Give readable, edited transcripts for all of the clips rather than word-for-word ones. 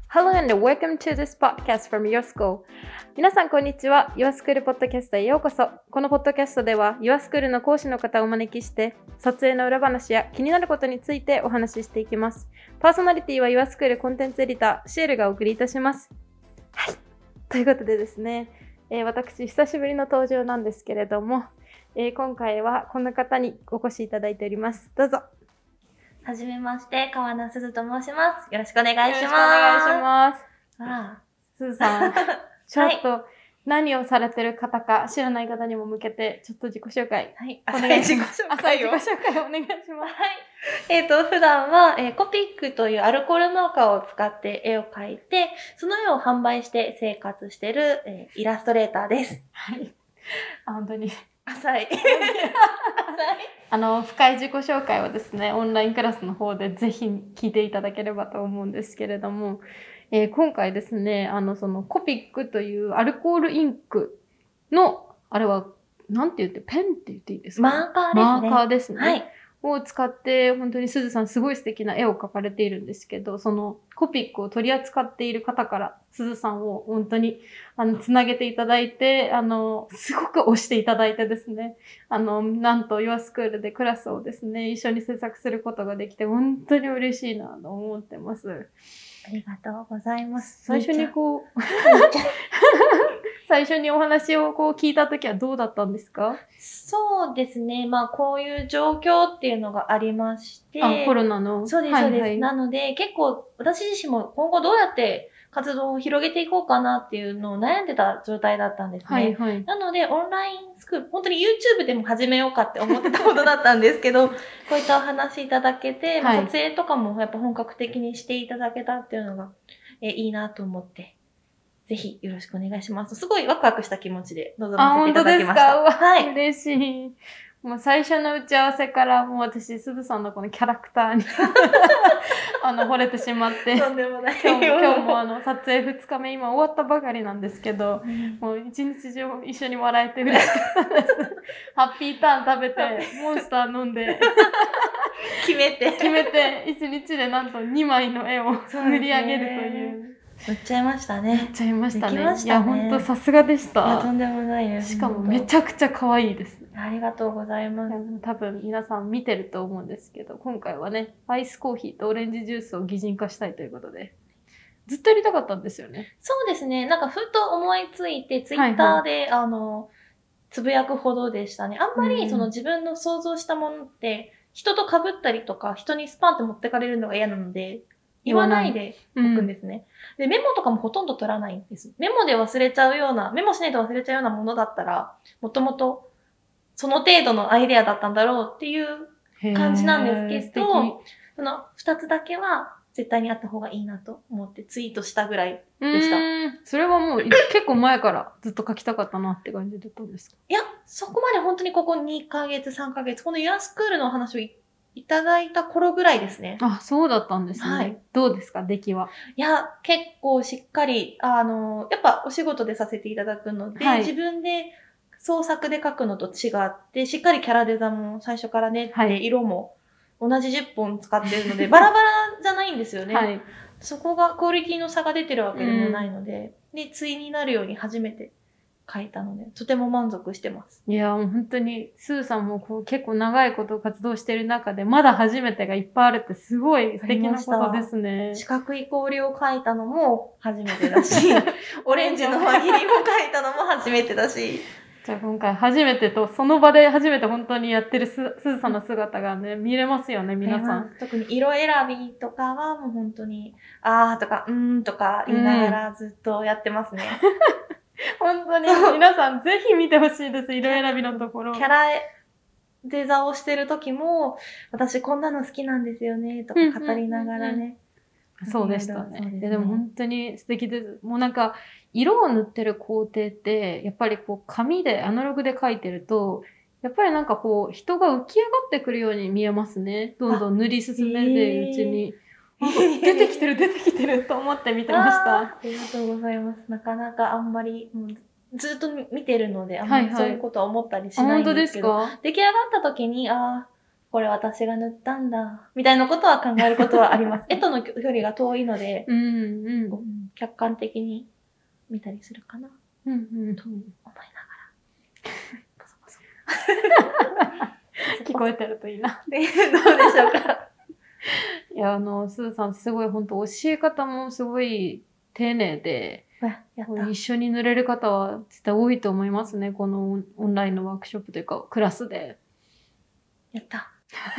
Hello and welcome to this podcast from Your School. 皆さんこんにちは。Your School ポッドキャストへようこそ。このポッドキャストでは Your School の講師の方をお招きして撮影の裏話や気になることについてお話ししていきます。パーソナリティは Your School コンテンツエディターシエルがお送りいたします。はい。ということでですね、私久しぶりの登場なんですけれども、今回はこの方にお越しいただいております。どうぞ。 はじめまして、川名すずと申します。よろしくお願いします。 よろしくお願いします。 あすずさん、ちょっと何をされてる方か知らない方にも向けて、ちょっと自己紹介。 はい。 お願いします。 浅い自己紹介お願いします。 はい。普段は、コピックというアルコールマーカーを使って絵を描いて、その絵を販売して生活している、イラストレーターです。 はい。本当に。 浅い。 深い自己紹介はですね、オンラインクラスの方でぜひ聞いていただければと思うんですけれども、今回ですね、そのコピックというアルコールインクの、あれは、なんて言って、ペンって言っていいですか？ マーカーですね。 マーカーですね。 はい。 を使って、本当にすずさんすごい素敵な絵を描かれているんですけど、そのコピックを取り扱っている方からすずさんを本当につなげていただいて、すごく推していただいてですね、なんと Your School でクラスをですね、一緒に制作することができて、本当に嬉しいなと思ってます。 ありがとうございます。 最初に最初にお話を聞いたときはどうだったんですか？ そうですね。まあ、こういう状況っていうのがありまして。 コロナの。 そうです、そうです。なので、結構、私自身も今後どうやって活動を広げていこうかなっていうのを悩んでた状態だったんですね。 はいはい。 なので、オンラインスクール、本当に YouTube でも始めようかって思ってたことだったんですけど、こういったお話いただけて、撮影とかもやっぱ本格的にしていただけたっていうのが、いいなと思って。ぜひよろしくお願いします。すごいワクワクした気持ちで臨ませていただきました。 本当ですか？ はい。 嬉しい。もう最初の打ち合わせからもう私、すずさんのこのキャラクターに惚れてしまって。 とんでもない。 今日も撮影2日目、今終わったばかりなんですけど、もう一日中一緒に笑えて嬉しかったです。ハッピーターン食べて、モンスター飲んで。 決めて、 一日でなんと2枚の絵を塗り上げるという。 塗っちゃいましたね。 塗っちゃいましたね。 できましたね。 いや、ほんとさすがでした。 いや、とんでもないです。 しかもめちゃくちゃ可愛いです。 ありがとうございます。 多分皆さん見てると思うんですけど、今回はね、アイスコーヒーとオレンジジュースを擬人化したいということで、ずっとやりたかったんですよね。 そうですね。なんかふと思いついて、ツイッターで、つぶやくほどでしたね。あんまりその自分の想像したものって、人と被ったりとか、人にスパンって持ってかれるのが嫌なので、言わないでおくんですね。で、メモとかもほとんど取らないんです。メモで忘れちゃうような、メモしないと忘れちゃうようなものだったら、もともとその程度のアイデアだったんだろうっていう感じなんですけど、その2つだけは絶対にあった方がいいなと思ってツイートしたぐらいでした。 それはもう結構前からずっと書きたかったなって感じだったんですか？ いや、そこまで本当にここ2ヶ月、3ヶ月、この Your School の話をいただいた頃ぐらいですね。 あ、そうだったんですね。はい。どうですか、出来は。 いや、結構しっかり、やっぱお仕事でさせていただくので、自分で創作で書くのと違って、しっかりキャラデザも最初からねって、色も同じ10本使ってるので、バラバラじゃないんですよね。はい。そこがクオリティの差が出てるわけでもないので、で、対になるように初めて書いたので、とても満足してます。 いや、もう本当に、スーさんも結構長いこと活動してる中で、まだ初めてがいっぱいあるってすごい素敵なことですね。 四角い氷を書いたのも初めてだし、オレンジの輪切りも書いたのも初めてだし。 じゃあ今回初めてと、その場で初めて本当にやってるすずさんの姿がね、見れますよね、皆さん。 特に色選びとかはもう本当に、あーとか、とか言いながらずっとやってますね。 本当に皆さんぜひ見てほしいです、色選びのところ。 キャラデザをしてる時も、私こんなの好きなんですよね、とか語りながらね。 そうでしたね。でも本当に素敵です。もうなんか、色を塗ってる工程って、やっぱり紙で、アナログで描いてると、やっぱりなんか人が浮き上がってくるように見えますね。どんどん塗り進めるうちに。出てきてると思って見てました。 ありがとうございます。なかなかあんまり、ずっと見てるので、あんまりそういうことは思ったりしないんですけど。本当ですか？出来上がった時に、 これ私が塗ったんだ、みたいなことは考えることはあります。絵との距離が遠いので、客観的に見たりするかな、と思いながら。ボソボソ聞こえてるといいな。 で、どうでしょうか。 いや、すずさん、すごい、本当教え方もすごい丁寧で、一緒に塗れる方は絶対多いと思いますね。このオンラインのワークショップというか、クラスで。 やった。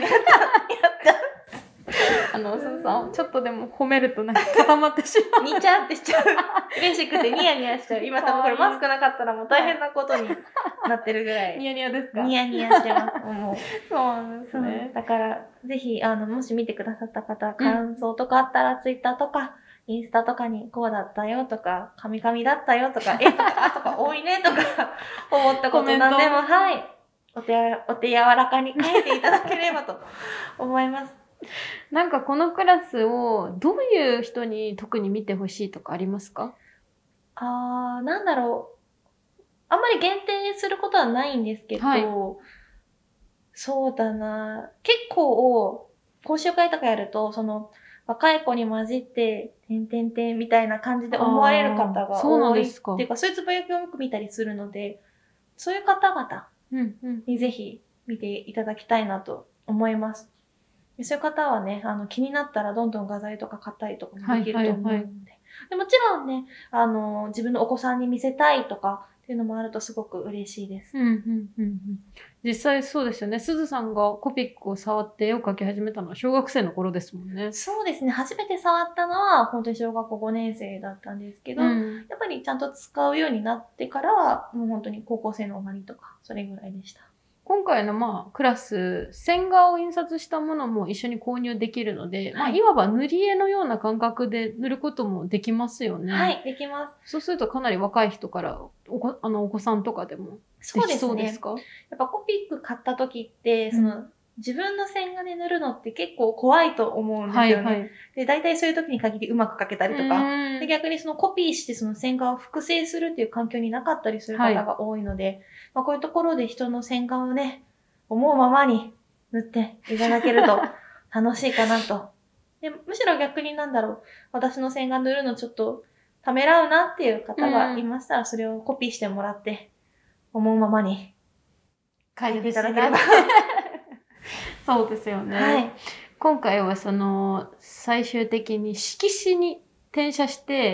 すずさん、ちょっとでも褒めるとなんか固まってしまう。 にちゃってしちゃう。嬉しくてニヤニヤしちゃう。今多分これマスクなかったらもう大変なことになってるぐらい。 ニヤニヤですか？ ニヤニヤしてます。もう。 そうなんですね。 だから、ぜひ、もし見てくださった方、感想とかあったら、ツイッターとか、インスタとかにこうだったよとか、カミカミだったよとか、とか、あとか多いねとか、思ったことなんでも、はい。お手柔らかに書いていただければと思います。 なんかこのクラスをどういう人に特に見てほしいとかありますか？ なんだろう。あんまり限定することはないんですけど、はい、そうだな。結構、講習会とかやると、若い子に混じって、みたいな感じで思われる方が多いっていうか、そういうつぶやきをよく見たりするので、そういう方々にぜひ見ていただきたいなと思います。そういう方はね、気になったらどんどん画材とか買ったりとかもできると思うので。でもちろんね、自分のお子さんに見せたいとかっていうのもあるとすごく嬉しいです。 実際そうですよね。すずさんがコピックを触って絵を描き始めたのは小学生の頃ですもんね。 そうですね。初めて触ったのは本当に小学校5年生だったんですけど、やっぱりちゃんと使うようになってからは、もう本当に高校生の終わりとか、それぐらいでした。 今回のクラス、線画を印刷したものも一緒に購入できるので、いわば塗り絵のような感覚で塗ることもできますよね。 はい、できます。 そうするとかなり若い人からお子さんとかでもできそうですか？ やっぱコピック買った時って、自分の線画で塗るのって結構怖いと思うんですよね。で、大体そういう時に限りうまく描けたりとか、で逆にコピーして線画を複製するっていう環境になかったりする方が多いので、こういうところで人の線画をね、思うままに塗っていただけると楽しいかなと。で、むしろ逆に私の線画塗るのちょっとためらうなっていう方がいましたら、それをコピーしてもらって、思うままに描いていただければ。 そうですよね。はい、今回は最終的に色紙に転写して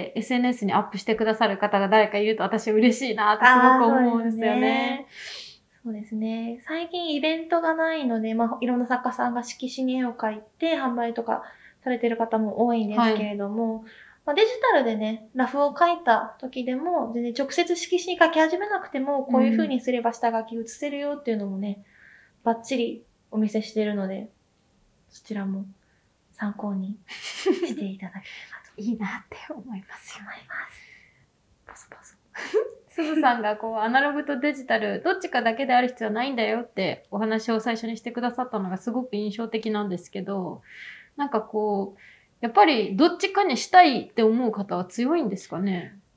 SNS にアップしてくださる方が誰かいると私嬉しいなってすごく思うんですよね。 そうですね。最近イベントがないので、いろんな作家さんが色紙に絵を描いて販売とかされてる方も多いんですけれども、デジタルでね、ラフを描いた時でも、全然直接色紙に描き始めなくても、こういう風にすれば下書き写せるよっていうのもね、バッチリお見せしているので、そちらも参考にしていただければと。 いいなって思いますよ。ポソポソ。すずさんがアナログとデジタル、どっちかだけである必要はないんだよってお話を最初にしてくださったのがすごく印象的なんですけど、やっぱりどっちかにしたいって思う方は強いんですかね？ 多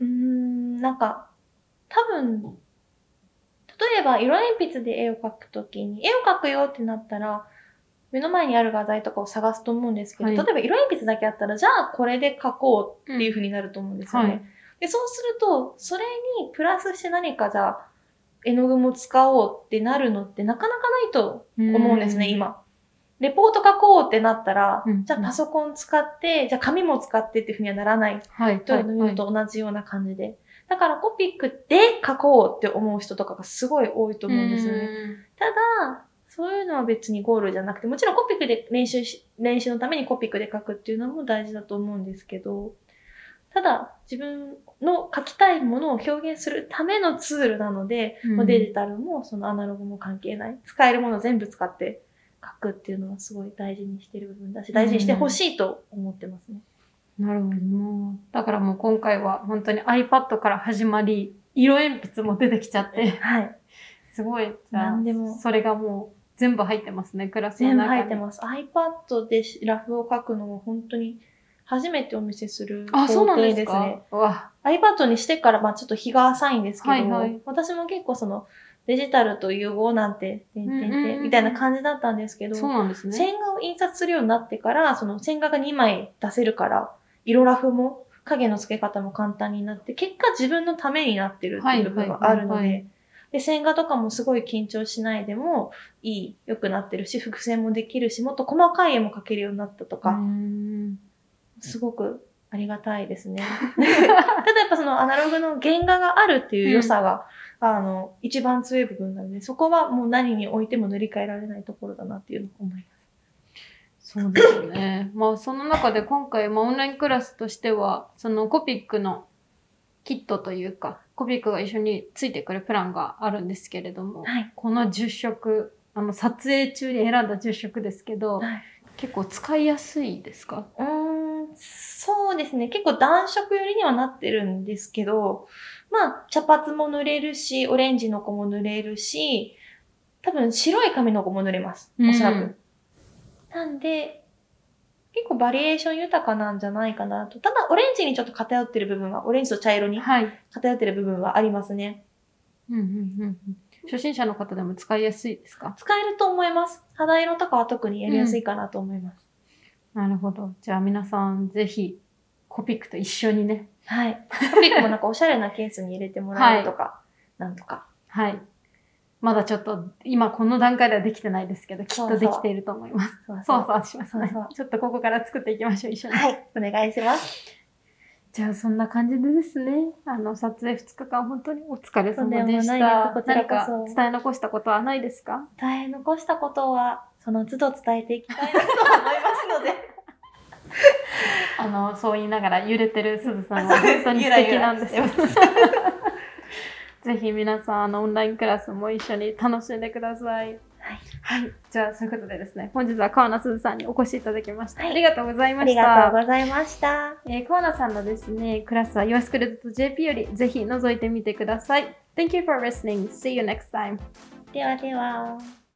分、例えば色鉛筆で絵を描くときに、絵を描くよってなったら、目の前にある画材とかを探すと思うんですけど、例えば色鉛筆だけあったら、じゃあこれで描こうっていう風になると思うんですよね。で、そうすると、それにプラスして何かじゃあ、絵の具も使おうってなるのってなかなかないと思うんですね、今。レポート書こうってなったら、じゃあパソコン使って、じゃあ紙も使ってっていう風にはならない。というのと同じような感じで。だからコピックで書こうって思う人とかがすごい多いと思うんですよね。ただ、そういうのは別にゴールじゃなくて、もちろんコピックで練習のためにコピックで書くっていうのも大事だと思うんですけど、ただ自分の書きたいものを表現するためのツールなので、デジタルもアナログも関係ない。使えるものを全部使って書くっていうのはすごい大事にしてる部分だし、大事にしてほしいと思ってますね。 なるほど。だからもう今回は本当に iPad から始まり、色鉛筆も出てきちゃって。 はい。 すごい。何でも。それがもう全部入ってますね、クラスの中に。 全部入ってます。iPad でラフを書くのは本当に初めてお見せする工程ですね。iPad にしてからちょっと日が浅いんですけど、私も結構デジタルと融合なんて、みたいな感じだったんですけど、 そうなんですね。 線画を印刷するようになってから、その線画が2枚出せるから、色ラフも影の付け方も簡単になって、結果自分のためになってるっていう部分があるので、で、線画とかもすごい緊張しないでも良くなってるし、伏線もできるし、もっと細かい絵も描けるようになったとか、すごくありがたいですね。ただやっぱそのアナログの原画があるっていう良さが、一番強い部分なので、そこはもう何においても塗り替えられないところだなっていうのを思います。 そうですよね。まあその中で今回、オンラインクラスとしては、そのコピックのキットというか、コピックが一緒についてくるプランがあるんですけれども、この10色、撮影中に選んだ10色ですけど、結構使いやすいですか？ そうですね。結構暖色寄りにはなってるんですけど、茶髪も塗れるし、オレンジの子も塗れるし、多分白い髪の子も塗れます。おそらく。なんで、結構バリエーション豊かなんじゃないかなと。ただ、オレンジにちょっと偏ってる部分は、オレンジと茶色に偏ってる部分はありますね。 初心者の方でも使いやすいですか？ 使えると思います。肌色とかは特にやりやすいかなと思います。 なるほど。じゃあ皆さんぜひコピックと一緒にね。 コピックもなんかおしゃれなケースに入れてもらうとか、なんとか。 まだちょっと今この段階ではできてないですけど、きっとできていると思います。そうしますね。ちょっとここから作っていきましょう、一緒に。 お願いします。 じゃあそんな感じでですね、撮影2日間本当にお疲れ様でした。何か伝え残したことはないですか？ 伝え残したことは、その都度伝えていきたいなと思いますので。 そう言いながら揺れてるすずさんは本当に素敵なんですよ。ぜひ皆さん、オンラインクラスも一緒に楽しんでください。じゃあ、そういうことでですね、本日は川名すずさんにお越しいただきました。ありがとうございました。 ありがとうございました。 川名さんのですね、クラスは yourschool.jp よりぜひ覗いてみてください。Thank you for listening. See you next time. ではでは。